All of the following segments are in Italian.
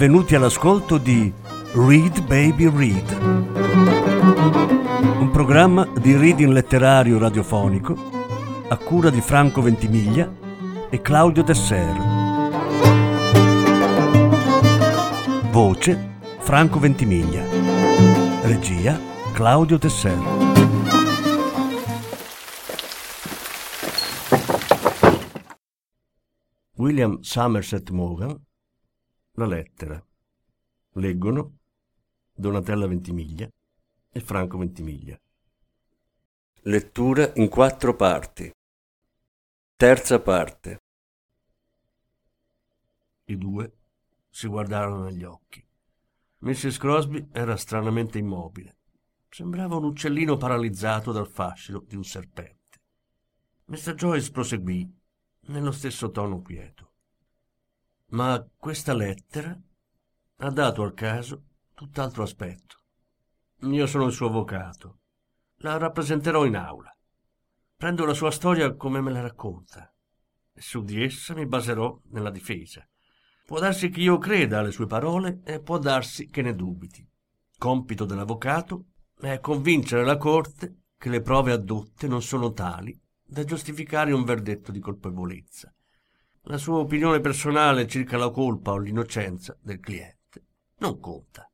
benvenuti all'ascolto di Read Baby Read, un programma di reading letterario radiofonico a cura di Franco Ventimiglia e Claudio Desser. Voce Franco Ventimiglia. Regia Claudio Desser. William Somerset Maugham. La lettera. Leggono Donatella Ventimiglia e Franco Ventimiglia. Lettura in 4 parti. Terza parte. I due si guardarono negli occhi. Mrs. Crosby era stranamente immobile. Sembrava un uccellino paralizzato dal fascino di un serpente. Mr. Joyce proseguì nello stesso tono quieto. Ma questa lettera ha dato al caso tutt'altro aspetto. Io sono il suo avvocato. La rappresenterò in aula. Prendo la sua storia come me la racconta e su di essa mi baserò nella difesa. Può darsi che io creda alle sue parole e può darsi che ne dubiti. Compito dell'avvocato è convincere la Corte che le prove addotte non sono tali da giustificare un verdetto di colpevolezza. La sua opinione personale circa la colpa o l'innocenza del cliente non conta.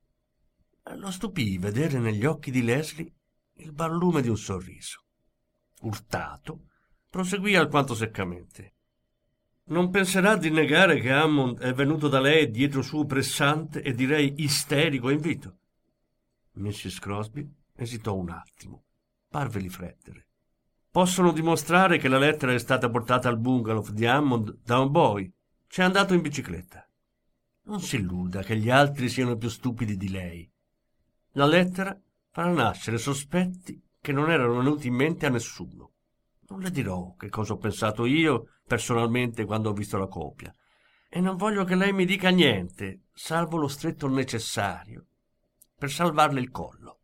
Lo stupì vedere negli occhi di Leslie il barlume di un sorriso. Urtato, proseguì alquanto seccamente. Non penserà di negare che Hammond è venuto da lei dietro suo pressante e direi isterico invito? Mrs. Crosby esitò un attimo. Parve riflettere. Possono dimostrare che la lettera è stata portata al bungalow di Hammond da un boy. C'è andato in bicicletta. Non si illuda che gli altri siano più stupidi di lei. La lettera farà nascere sospetti che non erano venuti in mente a nessuno. Non le dirò che cosa ho pensato io personalmente quando ho visto la copia. E non voglio che lei mi dica niente, salvo lo stretto necessario per salvarle il collo.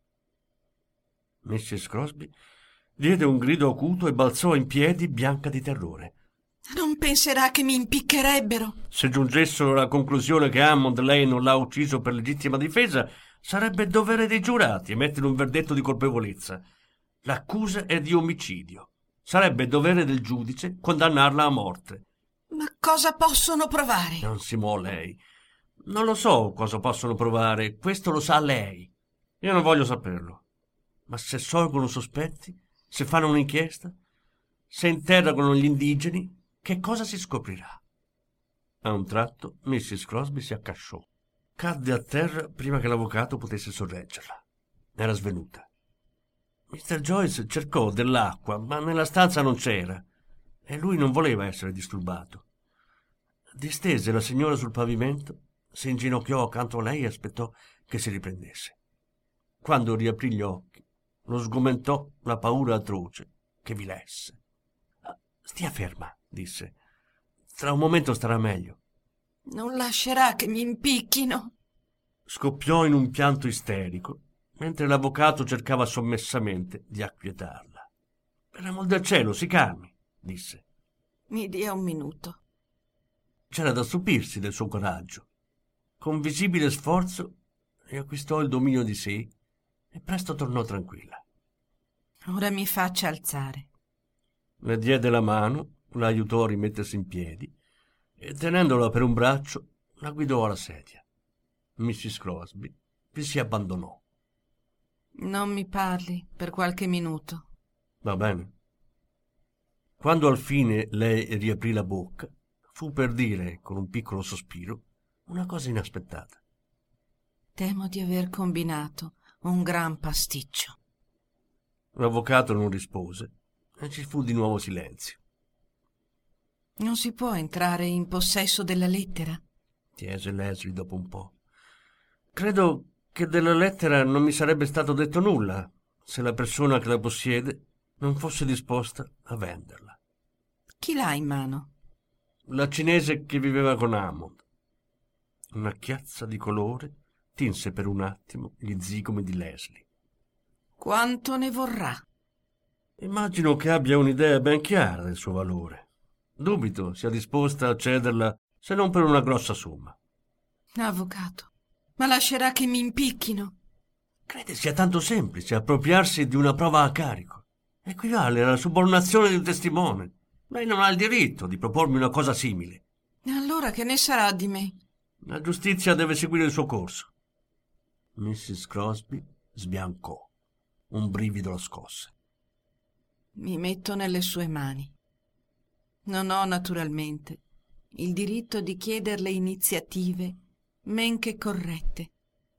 Mrs. Crosby diede un grido acuto e balzò in piedi bianca di terrore. Non penserà che mi impiccherebbero? Se giungessero alla conclusione che Hammond lei non l'ha ucciso per legittima difesa, sarebbe dovere dei giurati emettere un verdetto di colpevolezza. L'accusa è di omicidio. Sarebbe dovere del giudice condannarla a morte. Ma cosa possono provare? Non si muove lei. Non lo so cosa possono provare, questo lo sa lei. Io non voglio saperlo. Ma se sorgono sospetti, se fanno un'inchiesta, se interrogano gli indigeni, che cosa si scoprirà? A un tratto Mrs. Crosby si accasciò. Cadde a terra prima che l'avvocato potesse sorreggerla. Era svenuta. Mr. Joyce cercò dell'acqua, ma nella stanza non c'era e lui non voleva essere disturbato. Distese la signora sul pavimento, si inginocchiò accanto a lei e aspettò che si riprendesse. Quando riaprì gli occhi, lo sgomentò la paura atroce che vi lesse. «Stia ferma», disse. «Tra un momento starà meglio». Non lascerà che mi impicchino? Scoppiò in un pianto isterico, mentre l'avvocato cercava sommessamente di acquietarla. «Per l'amor del cielo, si calmi», disse. Mi dia un minuto. C'era da stupirsi del suo coraggio. Con visibile sforzo riacquistò il dominio di sé e presto tornò tranquilla. Ora mi faccia alzare. Le diede la mano, la aiutò a rimettersi in piedi e, tenendola per un braccio, la guidò alla sedia. Mrs. Crosby vi si abbandonò. Non mi parli per qualche minuto. Va bene. Quando al fine lei riaprì la bocca, fu per dire, con un piccolo sospiro, una cosa inaspettata. Temo di aver combinato un gran pasticcio. L'avvocato non rispose e ci fu di nuovo silenzio. Non si può entrare in possesso della lettera? Chiese Leslie dopo un po'. Credo che della lettera non mi sarebbe stato detto nulla se la persona che la possiede non fosse disposta a venderla. Chi l'ha in mano? La cinese che viveva con Hammond. Una chiazza di colore tinse per un attimo gli zigomi di Leslie. Quanto ne vorrà? Immagino che abbia un'idea ben chiara del suo valore. Dubito sia disposta a cederla se non per una grossa somma. Avvocato, ma lascerà che mi impicchino? Crede sia tanto semplice appropriarsi di una prova a carico. Equivale alla subornazione di un testimone. Lei non ha il diritto di propormi una cosa simile. E allora che ne sarà di me? La giustizia deve seguire il suo corso. Mrs. Crosby sbiancò. Un brivido la scosse. Mi metto nelle sue mani. Non ho naturalmente il diritto di chiederle iniziative men che corrette.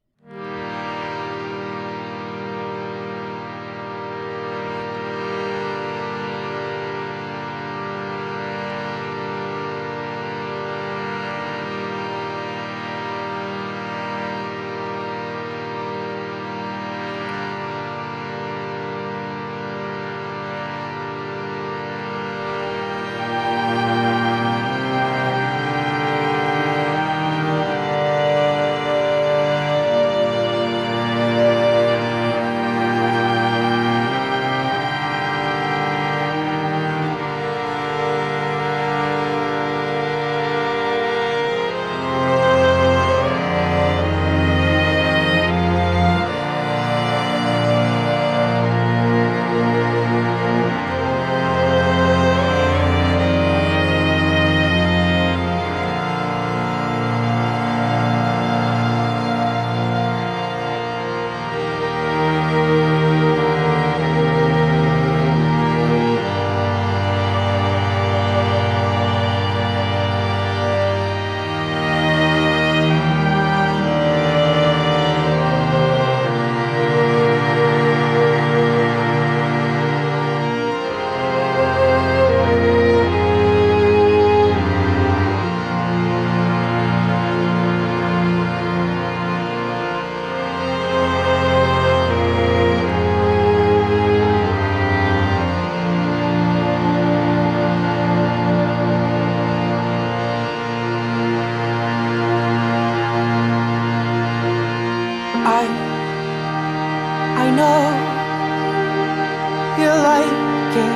I know you like it.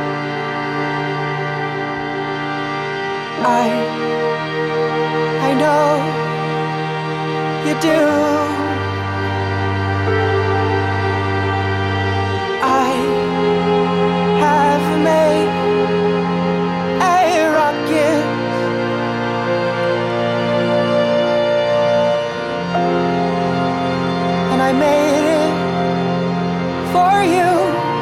I know you do. I have made a rocket. And I made it for you.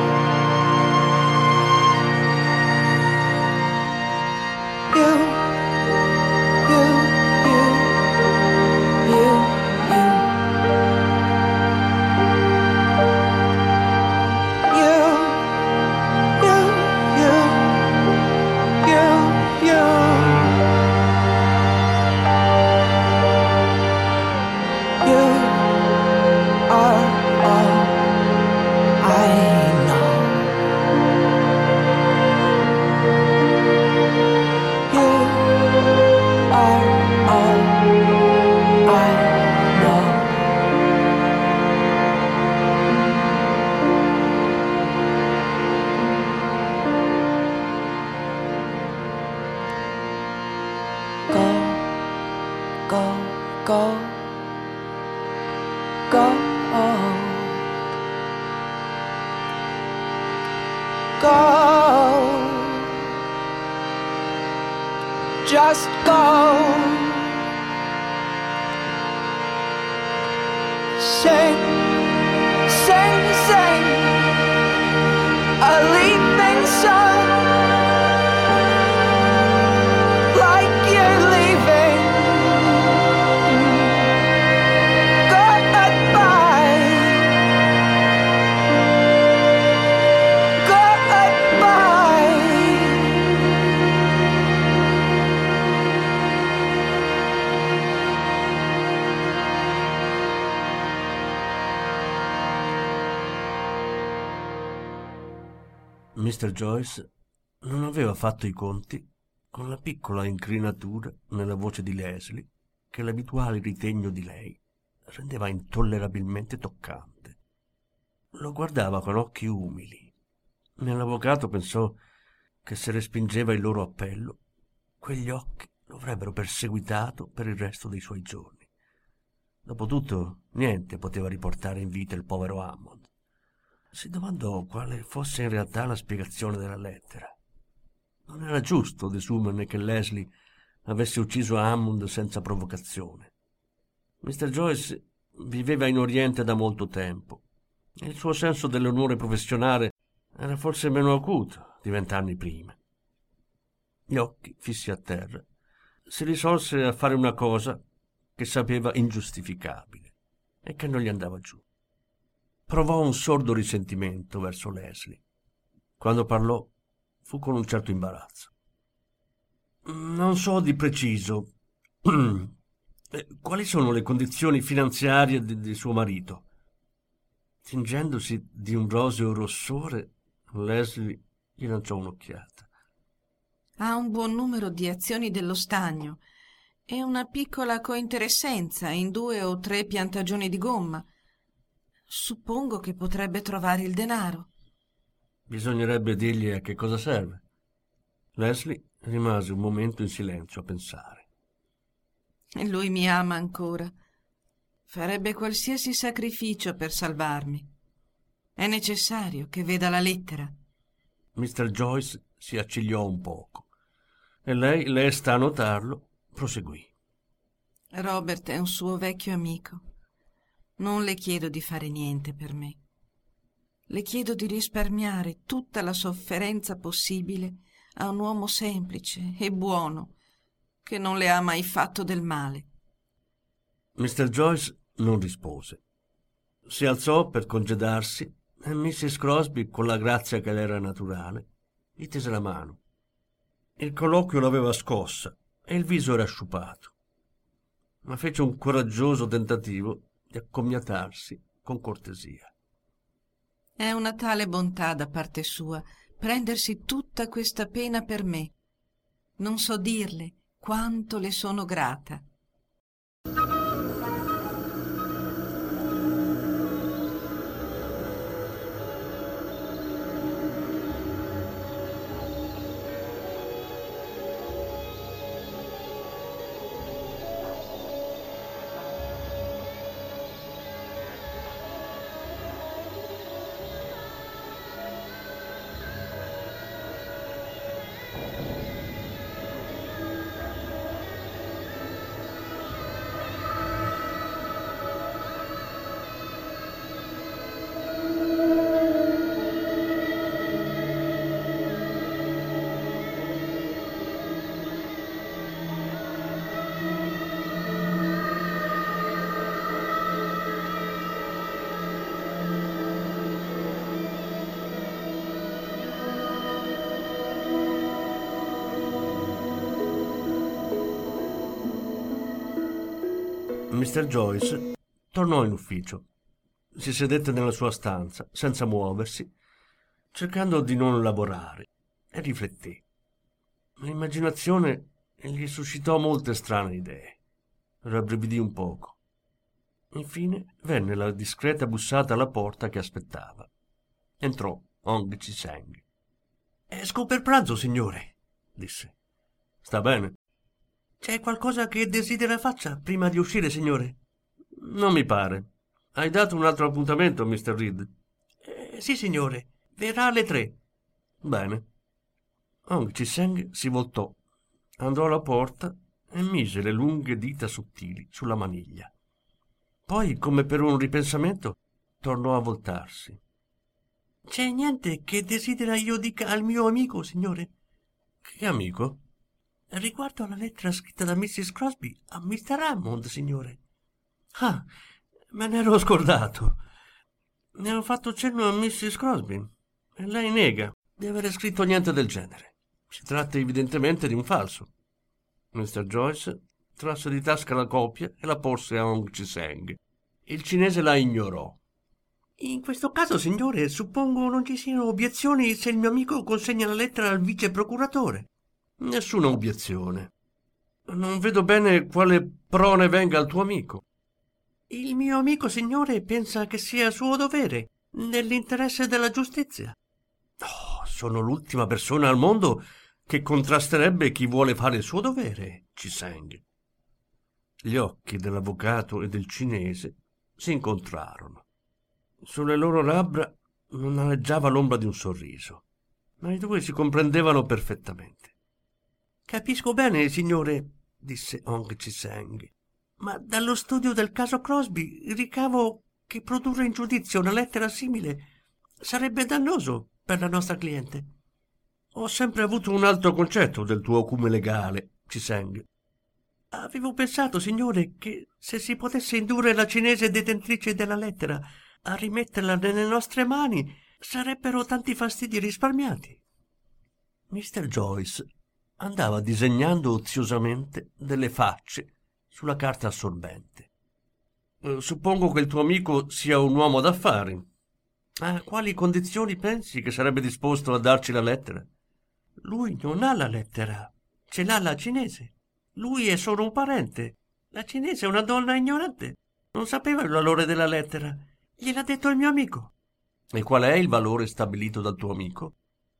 Just go. Sing, sing, sing a leaping song like you're leaving. Goodbye, goodbye. Mr. Joyce non aveva fatto i conti con la piccola incrinatura nella voce di Leslie che l'abituale ritegno di lei rendeva intollerabilmente toccante. Lo guardava con occhi umili. L'avvocato pensò che se respingeva il loro appello, quegli occhi lo avrebbero perseguitato per il resto dei suoi giorni. Dopotutto, niente poteva riportare in vita il povero Hammond. Si domandò quale fosse in realtà la spiegazione della lettera. Non era giusto desumerne che Leslie avesse ucciso Hammond senza provocazione. Mr. Joyce viveva in Oriente da molto tempo e il suo senso dell'onore professionale era forse meno acuto di 20 anni prima. Gli occhi fissi a terra, si risolse a fare una cosa che sapeva ingiustificabile e che non gli andava giù. Provò un sordo risentimento verso Leslie. Quando parlò fu con un certo imbarazzo. Non so di preciso quali sono le condizioni finanziarie di suo marito. Tingendosi di un roseo rossore, Leslie gli lanciò un'occhiata. Ha un buon numero di azioni dello stagno e una piccola cointeressenza in 2 o 3 piantagioni di gomma. Suppongo che potrebbe trovare il denaro. Bisognerebbe dirgli a che cosa serve. Leslie rimase un momento in silenzio a pensare. E lui mi ama ancora. Farebbe qualsiasi sacrificio per salvarmi. È necessario che veda la lettera. Mr. Joyce si accigliò un poco e lei, lesta a notarlo, proseguì. Robert è un suo vecchio amico. Non le chiedo di fare niente per me. Le chiedo di risparmiare tutta la sofferenza possibile a un uomo semplice e buono che non le ha mai fatto del male. Mr. Joyce non rispose. Si alzò per congedarsi e Mrs. Crosby, con la grazia che le era naturale, gli tese la mano. Il colloquio l'aveva scossa e il viso era sciupato, ma fece un coraggioso tentativo di accomiatarsi con cortesia. È una tale bontà da parte sua prendersi tutta questa pena per me. Non so dirle quanto le sono grata. Mr. Joyce tornò in ufficio. Si sedette nella sua stanza, senza muoversi, cercando di non lavorare, e rifletté. L'immaginazione gli suscitò molte strane idee. Rabbrividì un poco. Infine venne la discreta bussata alla porta che aspettava. Entrò Ong Chi-Seng. «Esco per pranzo, signore», disse. «Sta bene». «C'è qualcosa che desidera faccia prima di uscire, signore?» «Non mi pare. Hai dato un altro appuntamento, Mr. Reed?» «Sì, signore. Verrà alle 3». «Bene». Ong Chi-Seng si voltò, andò alla porta e mise le lunghe dita sottili sulla maniglia. Poi, come per un ripensamento, tornò a voltarsi. «C'è niente che desidera io dica al mio amico, signore?» «Che amico?» «Riguardo alla lettera scritta da Mrs. Crosby a Mr. Hammond, signore». «Ah, me ne ero scordato. Ne ho fatto cenno a Mrs. Crosby e lei nega di avere scritto niente del genere. Si tratta evidentemente di un falso». Mr. Joyce trasse di tasca la copia e la porse a Ong Chi-Seng. Il cinese la ignorò. «In questo caso, signore, suppongo non ci siano obiezioni se il mio amico consegna la lettera al vice procuratore». «Nessuna obiezione. Non vedo bene quale prone venga al tuo amico». «Il mio amico, signore, pensa che sia suo dovere, nell'interesse della giustizia». «Oh, sono l'ultima persona al mondo che contrasterebbe chi vuole fare il suo dovere, Chi-Seng». Gli occhi dell'avvocato e del cinese si incontrarono. Sulle loro labbra non aleggiava l'ombra di un sorriso, ma i due si comprendevano perfettamente. «Capisco bene, signore», disse Hong Chi-Seng, «ma dallo studio del caso Crosby ricavo che produrre in giudizio una lettera simile sarebbe dannoso per la nostra cliente». «Ho sempre avuto un alto concetto del tuo acume legale, Chi-Seng. Avevo pensato, signore, che se si potesse indurre la cinese detentrice della lettera a rimetterla nelle nostre mani, sarebbero tanti fastidi risparmiati». Mr. Joyce andava disegnando oziosamente delle facce sulla carta assorbente. «Suppongo che il tuo amico sia un uomo d'affari. A quali condizioni pensi che sarebbe disposto a darci la lettera?» «Lui non ha la lettera, ce l'ha la cinese. Lui è solo un parente. La cinese è una donna ignorante. Non sapeva il valore della lettera. Gliel'ha detto il mio amico». «E qual è il valore stabilito dal tuo amico?»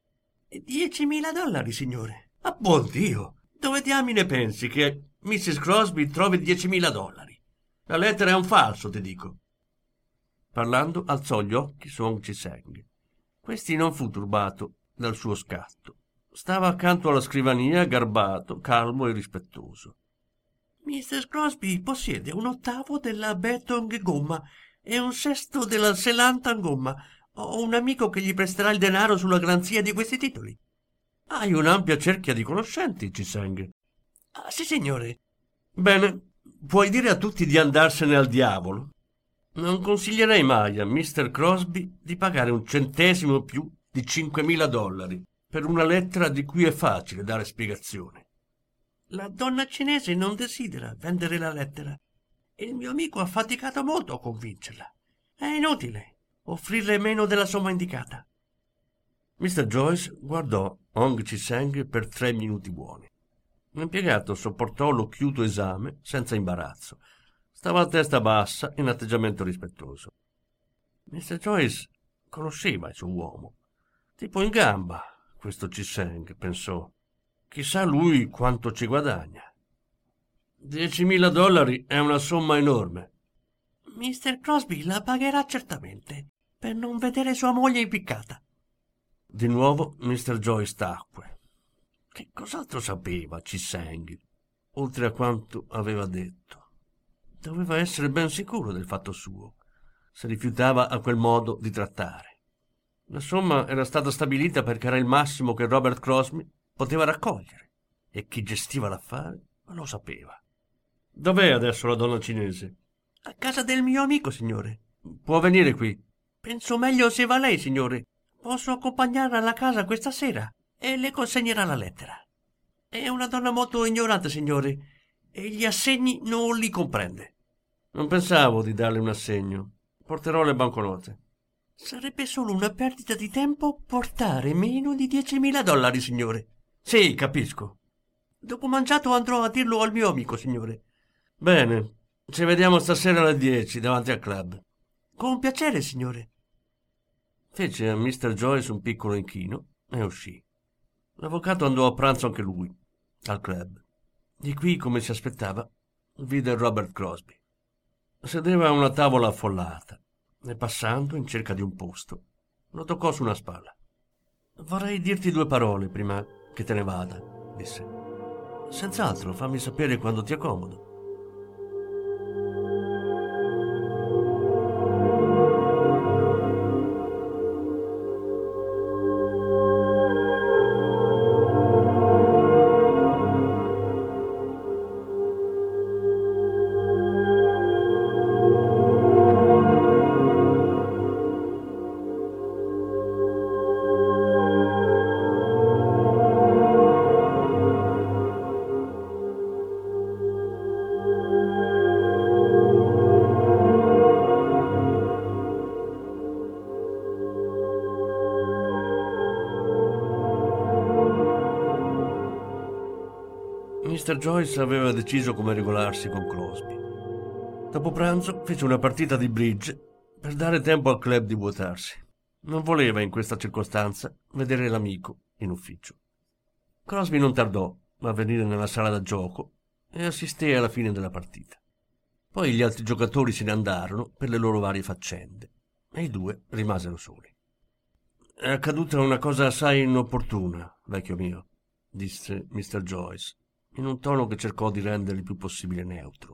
$10.000, signore». «Ah, buon Dio! Dove diamine pensi che Mrs. Crosby trovi $10.000? La lettera è un falso, ti dico». Parlando, alzò gli occhi su Hong Chi-Seng. Questi non fu turbato dal suo scatto. Stava accanto alla scrivania, garbato, calmo e rispettoso. «Mrs. Crosby possiede 1/8 della Betong Gomma e 1/6 della Selantan Gomma. Ho un amico che gli presterà il denaro sulla garanzia di questi titoli». «Hai un'ampia cerchia di conoscenti, Chi-Seng». «Ah, sì, signore». «Bene, puoi dire a tutti di andarsene al diavolo. Non consiglierei mai a Mr. Crosby di pagare un centesimo più di $5.000 per una lettera di cui è facile dare spiegazione. La donna cinese non desidera vendere la lettera e il mio amico ha faticato molto a convincerla. È inutile offrirle meno della somma indicata». Mr. Joyce guardò Hong Chi-Seng per 3 minuti buoni. L'impiegato sopportò l'occhiuto esame senza imbarazzo. Stava a testa bassa, in atteggiamento rispettoso. Mr. Joyce conosceva il suo uomo. Tipo in gamba, questo Chi-Seng, pensò. Chissà lui quanto ci guadagna. $10.000 è una somma enorme. Mr. Crosby la pagherà certamente, per non vedere sua moglie impiccata. Di nuovo Mr. Joyce tacque. Che cos'altro sapeva Chi-Seng, oltre a quanto aveva detto? Doveva essere ben sicuro del fatto suo, se rifiutava a quel modo di trattare. La somma era stata stabilita perché era il massimo che Robert Crosby poteva raccogliere, e chi gestiva l'affare lo sapeva. «Dov'è adesso la donna cinese?» «A casa del mio amico, signore». «Può venire qui?» «Penso meglio se va lei, signore. Posso accompagnarla alla casa questa sera e le consegnerà la lettera. È una donna molto ignorante, signore, e gli assegni non li comprende». «Non pensavo di darle un assegno. Porterò le banconote». «Sarebbe solo una perdita di tempo portare meno di $10.000, signore». «Sì, capisco». «Dopo mangiato andrò a dirlo al mio amico, signore». «Bene, ci vediamo stasera alle 10 davanti al club». «Con piacere, signore». Fece a Mr. Joyce un piccolo inchino e uscì. L'avvocato andò a pranzo anche lui, al club. Di qui, come si aspettava, vide Robert Crosby. Sedeva a una tavola affollata e, passando in cerca di un posto, lo toccò su una spalla. «Vorrei dirti 2 parole prima che te ne vada», disse. «Senz'altro, fammi sapere quando ti è comodo». Mr. Joyce aveva deciso come regolarsi con Crosby. Dopo pranzo fece una partita di bridge per dare tempo al club di vuotarsi. Non voleva in questa circostanza vedere l'amico in ufficio. Crosby non tardò a venire nella sala da gioco e assistei alla fine della partita. Poi gli altri giocatori se ne andarono per le loro varie faccende e i due rimasero soli. «È accaduta una cosa assai inopportuna, vecchio mio», disse Mr. Joyce, in un tono che cercò di rendere il più possibile neutro.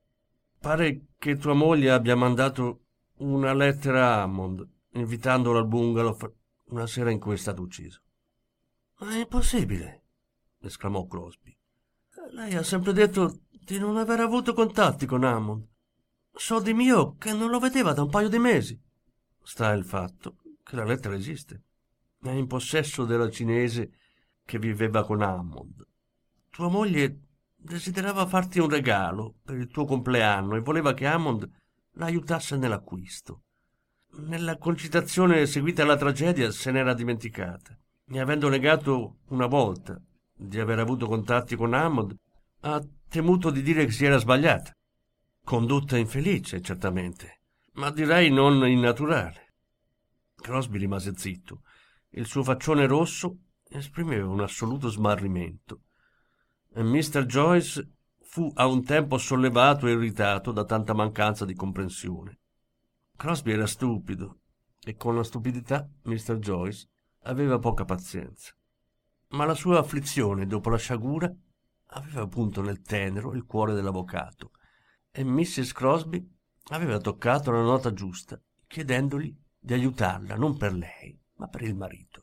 «Pare che tua moglie abbia mandato una lettera a Hammond, invitandolo al bungalow una sera in cui è stato ucciso». «Ma è impossibile», esclamò Crosby. «Lei ha sempre detto di non aver avuto contatti con Hammond. So di mio che non lo vedeva da un paio di mesi». «Sta il fatto che la lettera esiste. È in possesso della cinese che viveva con Hammond. Tua moglie desiderava farti un regalo per il tuo compleanno e voleva che Hammond la aiutasse nell'acquisto. Nella concitazione seguita alla tragedia se n'era dimenticata e avendo negato una volta di aver avuto contatti con Hammond ha temuto di dire che si era sbagliata. Condotta infelice, certamente, ma direi non innaturale». Crosby rimase zitto. Il suo faccione rosso esprimeva un assoluto smarrimento. E Mr. Joyce fu a un tempo sollevato e irritato da tanta mancanza di comprensione. Crosby era stupido e con la stupidità Mr. Joyce aveva poca pazienza. Ma la sua afflizione dopo la sciagura aveva punto nel tenero il cuore dell'avvocato e Mrs. Crosby aveva toccato la nota giusta, chiedendogli di aiutarla non per lei, ma per il marito.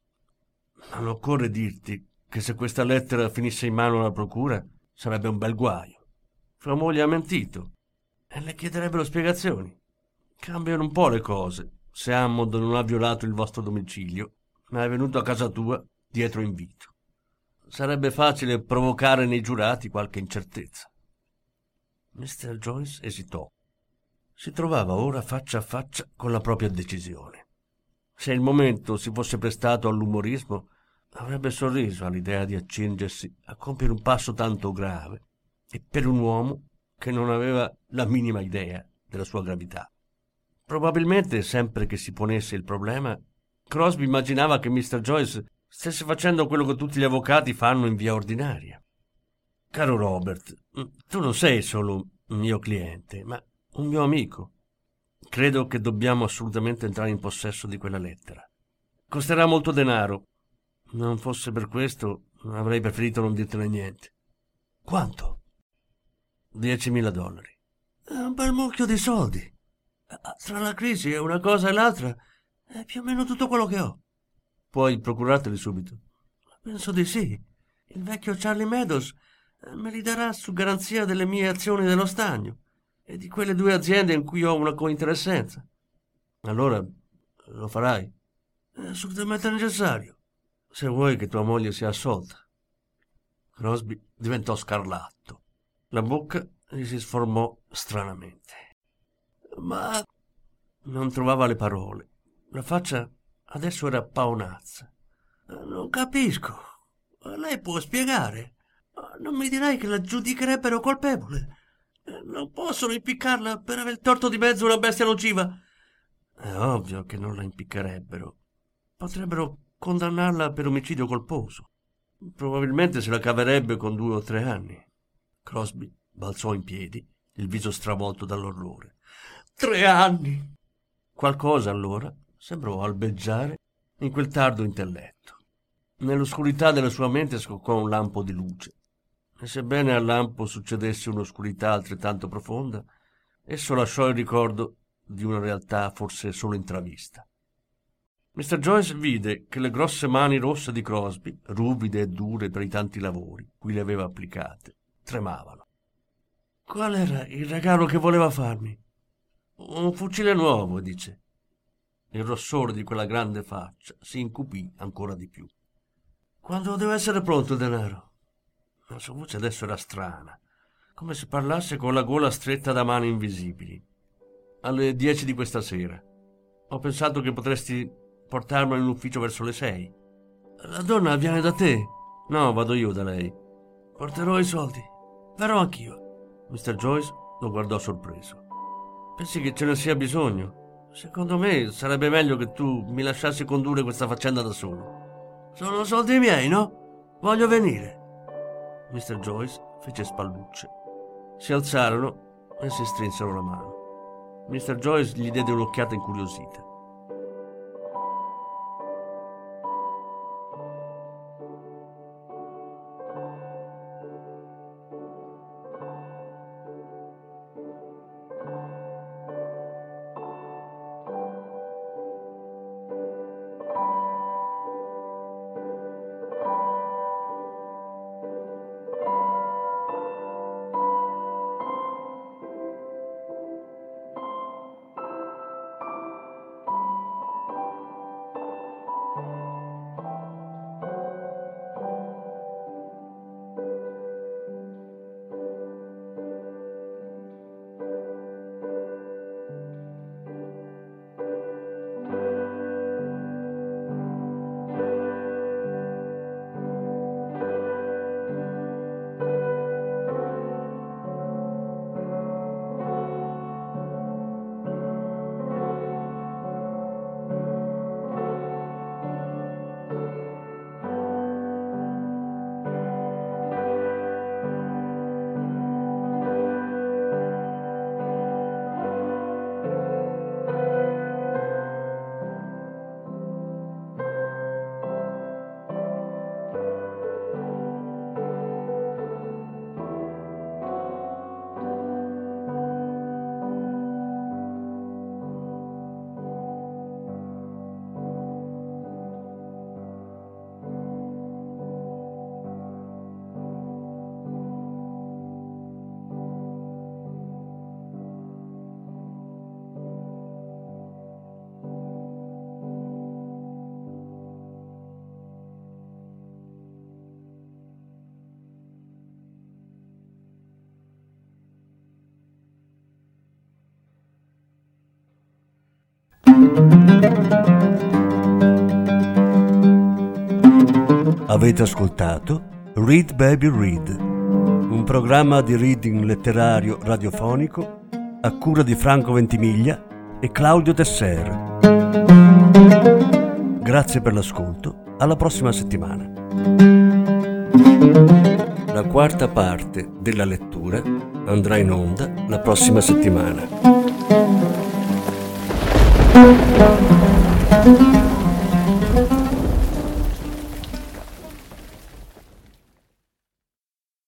Non occorre dirti che se questa lettera finisse in mano alla procura sarebbe un bel guaio. Sua moglie ha mentito e le chiederebbero spiegazioni. Cambiano un po' le cose se Hammond non ha violato il vostro domicilio, ma è venuto a casa tua dietro invito. Sarebbe facile provocare nei giurati qualche incertezza». Mr. Joyce esitò. Si trovava ora faccia a faccia con la propria decisione. Se il momento si fosse prestato all'umorismo, avrebbe sorriso all'idea di accingersi a compiere un passo tanto grave e per un uomo che non aveva la minima idea della sua gravità. Probabilmente, sempre che si ponesse il problema, Crosby immaginava che Mr. Joyce stesse facendo quello che tutti gli avvocati fanno in via ordinaria. «Caro Robert, tu non sei solo un mio cliente, ma un mio amico. Credo che dobbiamo assolutamente entrare in possesso di quella lettera. Costerà molto denaro. Non fosse per questo, avrei preferito non dirtene niente». «Quanto?» $10.000. «È un bel mucchio di soldi. Tra la crisi e una cosa e l'altra è più o meno tutto quello che ho». «Puoi procurarteli subito?» «Penso di sì. Il vecchio Charlie Meadows me li darà su garanzia delle mie azioni dello stagno e di quelle 2 aziende in cui ho una cointeressenza». «Allora lo farai?» «È assolutamente necessario, se vuoi che tua moglie sia assolta». Crosby diventò scarlatto. La bocca gli si sformò stranamente. «Ma…» Non trovava le parole. La faccia adesso era paonazza. «Non capisco. Lei può spiegare? Non mi direi che la giudicherebbero colpevole? Non possono impiccarla per aver torto di mezzo una bestia nociva?» «È ovvio che non la impiccherebbero. Potrebbero condannarla per omicidio colposo. Probabilmente se la caverebbe con 2 o 3 anni». Crosby balzò in piedi, il viso stravolto dall'orrore. 3 anni! Qualcosa allora sembrò albeggiare in quel tardo intelletto. Nell'oscurità della sua mente scoccò un lampo di luce, e sebbene al lampo succedesse un'oscurità altrettanto profonda, esso lasciò il ricordo di una realtà forse solo intravista. Mr. Joyce vide che le grosse mani rosse di Crosby, ruvide e dure per i tanti lavori cui le aveva applicate, tremavano. «Qual era il regalo che voleva farmi?» «Un fucile nuovo», dice. Il rossore di quella grande faccia si incupì ancora di più. «Quando deve essere pronto il denaro?» La sua voce adesso era strana, come se parlasse con la gola stretta da mani invisibili. «Alle 10 di questa sera. Ho pensato che potresti portarmelo in ufficio verso le 6. La donna viene da te?» «No, vado io da lei. Porterò i soldi. Verrò anch'io». Mr. Joyce lo guardò sorpreso. «Pensi che ce ne sia bisogno? Secondo me sarebbe meglio che tu mi lasciassi condurre questa faccenda da solo». «Sono soldi miei, no? Voglio venire». Mr. Joyce fece spallucce. Si alzarono e si strinsero la mano. Mr. Joyce gli diede un'occhiata incuriosita. Avete ascoltato Read Baby Read, un programma di reading letterario radiofonico a cura di Franco Ventimiglia e Claudio Tesser. Grazie per l'ascolto, alla prossima settimana. La quarta parte della lettura andrà in onda la prossima settimana.